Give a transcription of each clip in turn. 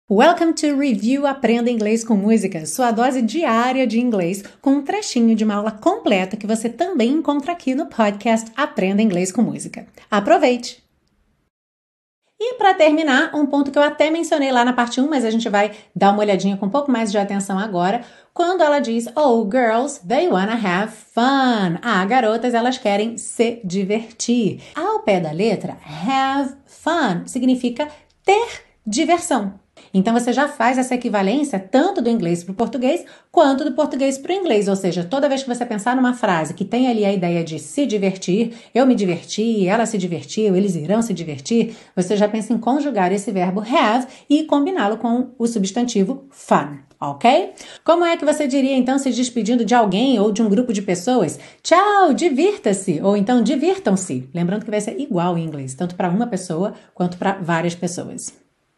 Welcome to Review Aprenda Inglês com Música, sua dose diária de inglês, com um trechinho de uma aula completa que você também encontra aqui no podcast Aprenda Inglês com Música. Aproveite! E para terminar, um ponto que eu até mencionei lá na parte 1, mas a gente vai dar uma olhadinha com um pouco mais de atenção agora, quando ela diz, oh, girls, they wanna have fun. Ah, garotas, elas querem se divertir. Ao pé da letra, have fun significa ter diversão. Então, você já faz essa equivalência tanto do inglês para o português quanto do português para o inglês. Ou seja, toda vez que você pensar numa frase que tem ali a ideia de se divertir, eu me diverti, ela se divertiu, eles irão se divertir, você já pensa em conjugar esse verbo have e combiná-lo com o substantivo fun. Ok? Como é que você diria, então, se despedindo de alguém ou de um grupo de pessoas? Tchau, divirta-se! Ou então, divirtam-se. Lembrando que vai ser igual em inglês, tanto para uma pessoa quanto para várias pessoas.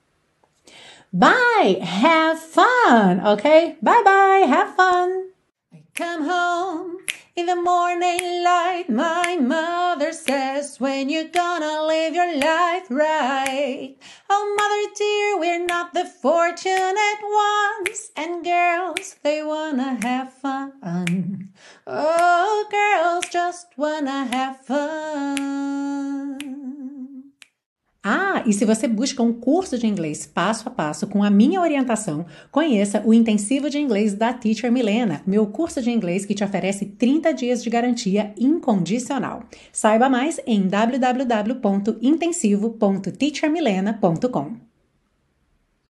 Bye, have fun, okay? Bye bye, have fun. I come home in the morning light, my mother says, when you gonna live your life right? Oh, mother dear, we're not the fortunate ones, and girls, they wanna have fun. Oh, girls just wanna have fun. Ah, e se você busca um curso de inglês passo a passo com a minha orientação, conheça o Intensivo de Inglês da Teacher Milena, meu curso de inglês que te oferece 30 dias de garantia incondicional. Saiba mais em www.intensivo.teachermilena.com.